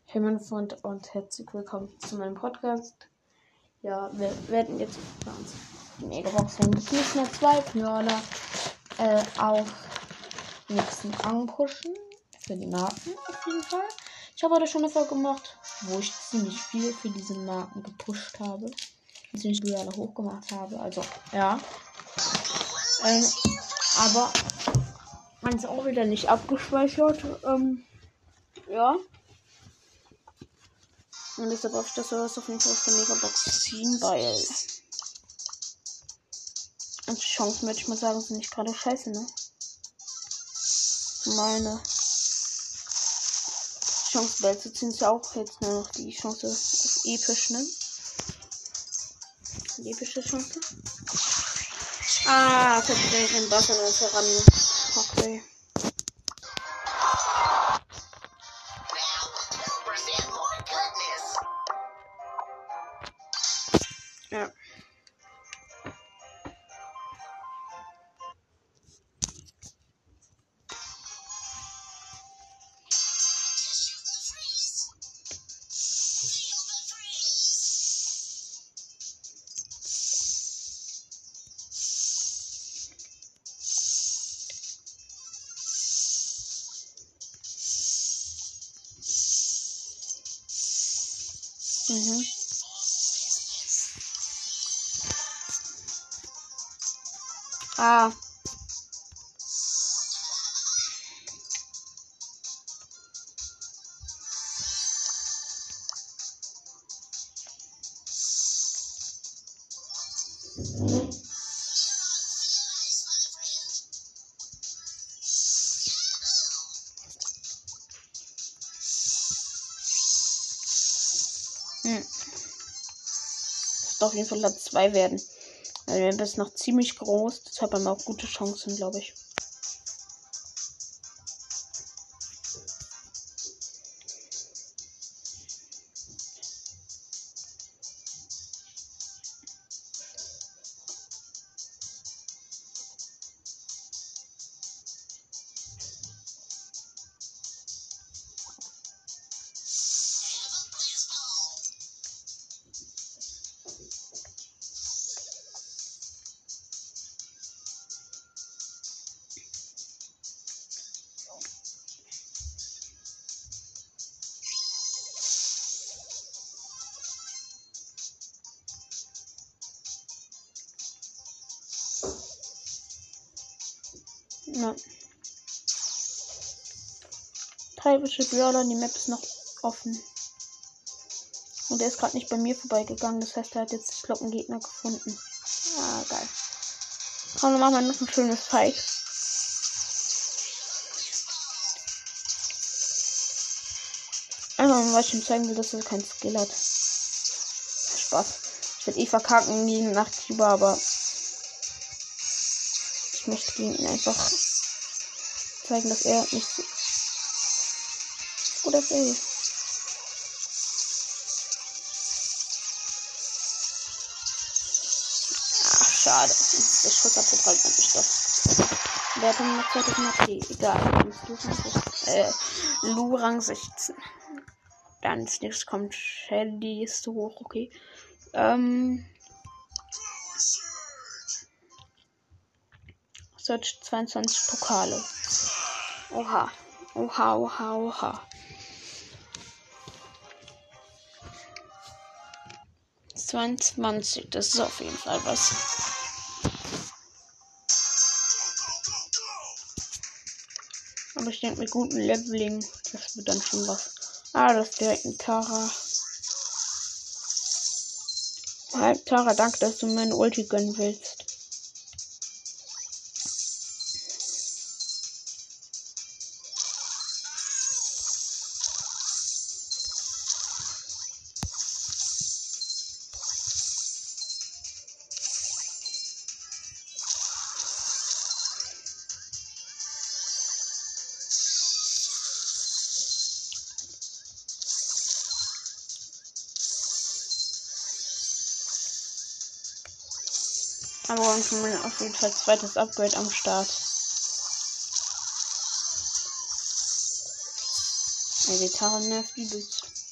Hey mein Freund und herzlich willkommen zu meinem Podcast. Ja, wir werden jetzt bei uns die Megabox holen. Wir müssen ja 2 Brawler auf nächsten Rang pushen. Für die Marken auf jeden Fall. Ich habe heute schon eine Folge gemacht, wo ich ziemlich viel für diese Marken gepusht habe. Ziemlich Brawler hochgemacht habe. Also, ja. Aber man ist auch wieder nicht abgespeichert. Ja. Und deshalb hoffe ich, dass wir das auf jeden Fall auf der Megabox ziehen, weil und die Chancen, würde ich mal sagen, sind nicht gerade scheiße, ne? Meine Chance, Bell zu ziehen, ist ja auch jetzt nur noch die Chance auf episch, ne? Die epische Chance. Ah, ich hab direkt den Bass an uns heran. Okay. Ja. Mhm. Ah. Das wird auf jeden Fall Platz 2 werden. Also das ist noch ziemlich groß, deshalb haben wir auch gute Chancen, glaube ich. Ja. 3 Brawler, die Map ist noch offen. Und der ist gerade nicht bei mir vorbeigegangen. Das heißt, er hat jetzt, ich glaube, einen Gegner gefunden. Ah, geil. Komm, dann machen wir noch ein schönes Fight. Einfach mal, weil ich ihm zeigen will, dass er keinen Skill hat. Spaß. Ich werde verkacken gegen Nachtfieber, aber ich möchte gegen ihn einfach zeigen, dass er nicht so. Oder ist er hier? Ach, schade. Der Schuss abgeprallt und ich doch. Der hat dann noch 2000 HP. Egal. Lu Rang 16. Dann als nächstes kommt Shelly, ist so hoch, okay. Search 22 Pokale. Oha. Oha, oha, oha. 22, das ist auf jeden Fall was. Aber ich denke mit gutem Leveling, das wird dann schon was. Ah, das ist direkt ein Tara. Hi, Tara, danke, dass du meine Ulti gönnen willst. Aber wir haben auf jeden Fall zweites Upgrade am Start. Die Tara nervt übelst.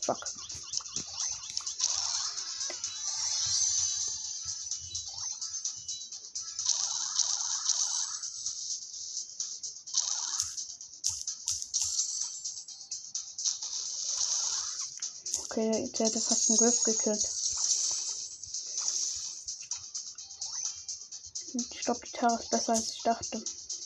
fuck. Okay, jetzt hätte fast einen Griff gekillt. Ich glaube, die Tara ist besser als ich dachte.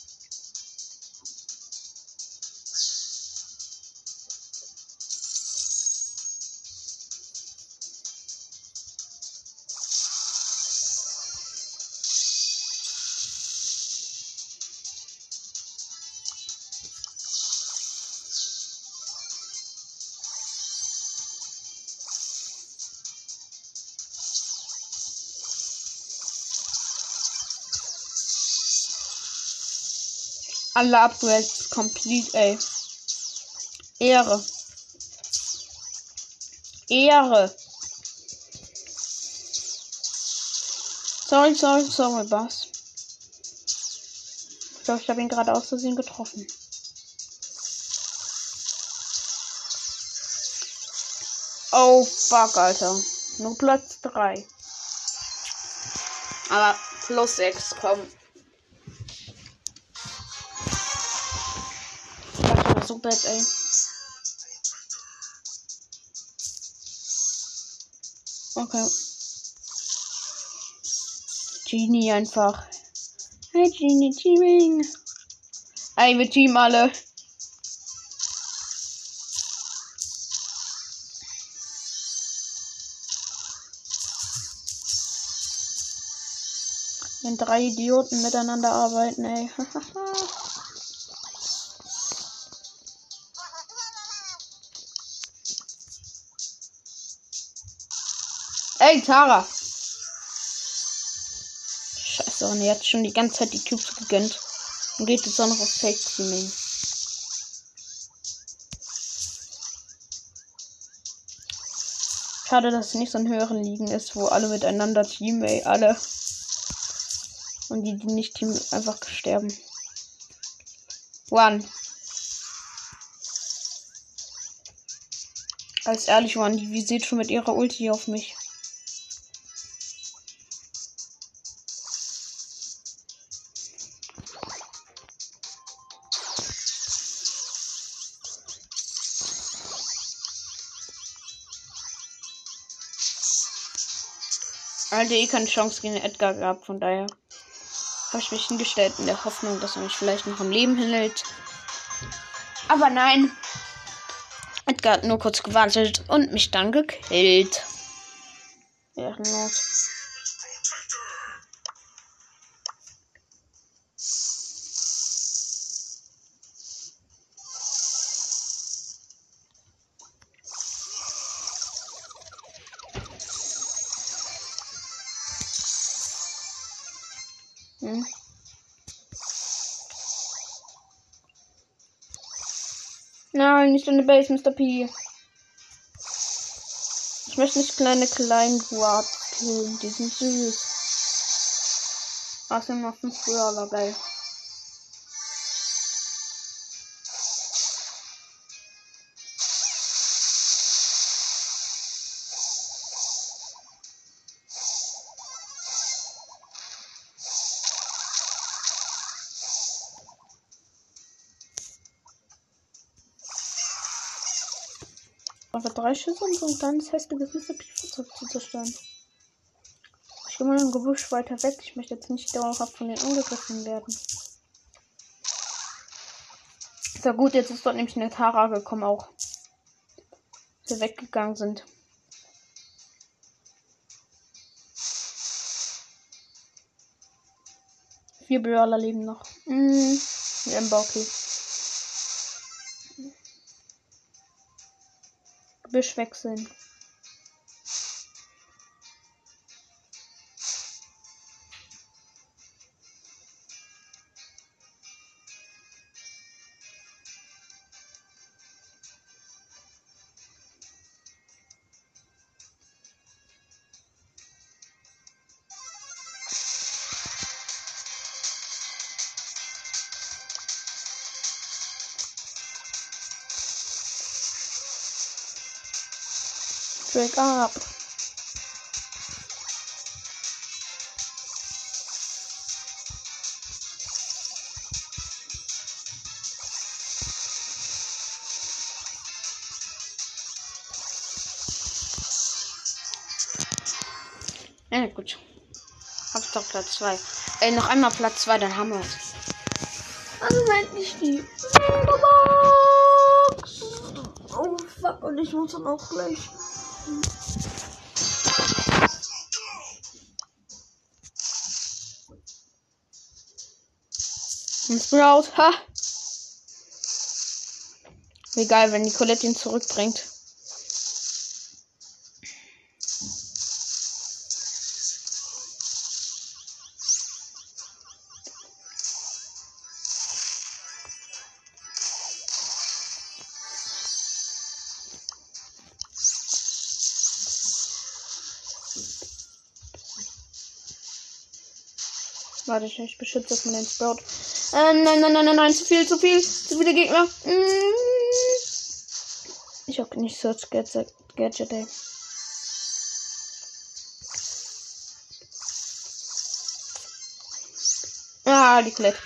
Alle Upgrades complete, ey. Ehre. Ehre. Sorry, Bass. Ich glaube, ich habe ihn gerade aus Versehen getroffen. Oh, fuck, Alter. Nur Platz 3. Aber plus 6, komm. Das war so bad, ey. Okay. Genie einfach. Hey Genie, Teaming. Ey, wir teamen alle. Wenn 3 Idioten miteinander arbeiten, ey. Ey, Tara. Scheiße, und er hat schon die ganze Zeit die Cubes gegönnt. Und geht jetzt auch noch auf Fake Teaming. Schade, dass es nicht so in höheren Ligen ist, wo alle miteinander teamen, ey, alle. Und die nicht teamen, einfach sterben. One. Als ehrlich, One, die visiert schon mit ihrer Ulti auf mich. Alter, keine Chance gegen Edgar gehabt, von daher habe ich mich hingestellt in der Hoffnung, dass er mich vielleicht noch am Leben hält. Aber nein. Edgar hat nur kurz gewartet und mich dann gekillt. Ehrenlos. Nein, nicht in der Base, Mr. P. Ich möchte nicht kleine Guards killen. Die sind süß. Außerdem noch 5 Brawler dabei. Aber 3 Schüsse und so ein ganz hässliches Mr. P zu zerstören. Ich gehe mal im Gebüsch weiter weg. Ich möchte jetzt nicht dauerhaft von denen angegriffen werden. So gut, jetzt ist dort nämlich eine Tara gekommen auch. Wir weggegangen sind. Vier Brawler leben noch. Ember, okay. Gebüsch wechseln. Drake ab. Ja, gut. Hauptsache Platz 2. Noch einmal Platz 2, dann haben wir es. Also meint nicht die Megabox. Oh fuck, und ich muss dann auch gleich. Ein Sprout, ha! Egal, wenn die Colette ihn zurückbringt. Warte, ich beschütze das mit dem Sprout. Nein, zu viele Gegner. Ich hab nicht Search Gadget, ey. Ah, die Colette.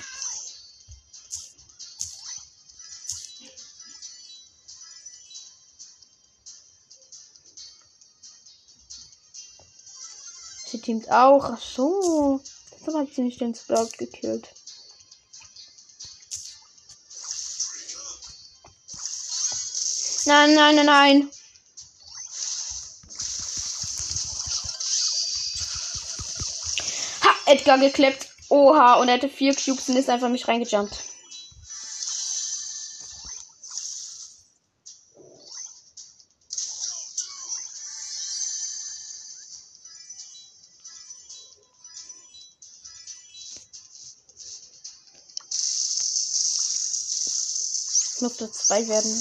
Sie teamt auch. Ach so. Dann hat sie nicht den Sprout gekillt. Nein. Ha, Edgar geklappt. Oha, und er hatte 4 Cubes und ist einfach mich reingejumpt. Muss Platz 2 werden.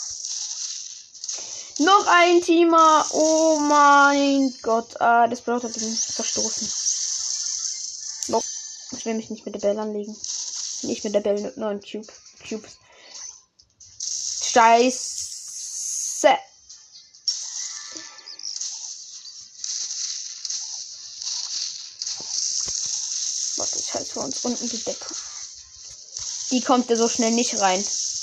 Noch ein Teamer. Oh mein Gott. Ah, das Sprout hat ihn verstoßen. Nope. Ich will mich nicht mit der Bell anlegen. Nicht mit der Bell mit 9 Cubes. Scheiße. Warte, ich halte für uns unten die Decke. Die kommt ja so schnell nicht rein.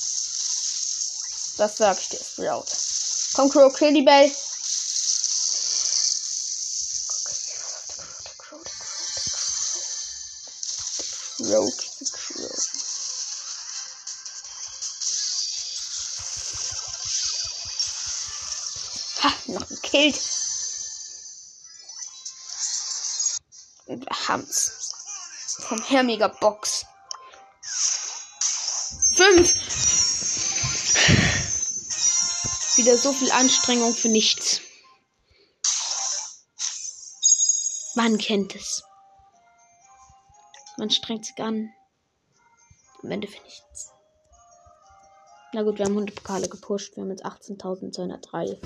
Das sag ich dir, Sprout. Komm, Crow, kill die Bell. Crow. Ha, noch gekillt. Und wir haben's. Vom Hermiger Box. 5. Wieder so viel Anstrengung für nichts. Man kennt es. Man strengt sich an. Am Ende für nichts. Na gut, wir haben 100 Pokale gepusht. Wir haben jetzt 18.203.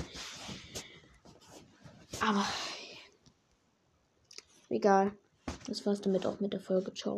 Aber egal. Das war's damit auch mit der Folge. Ciao.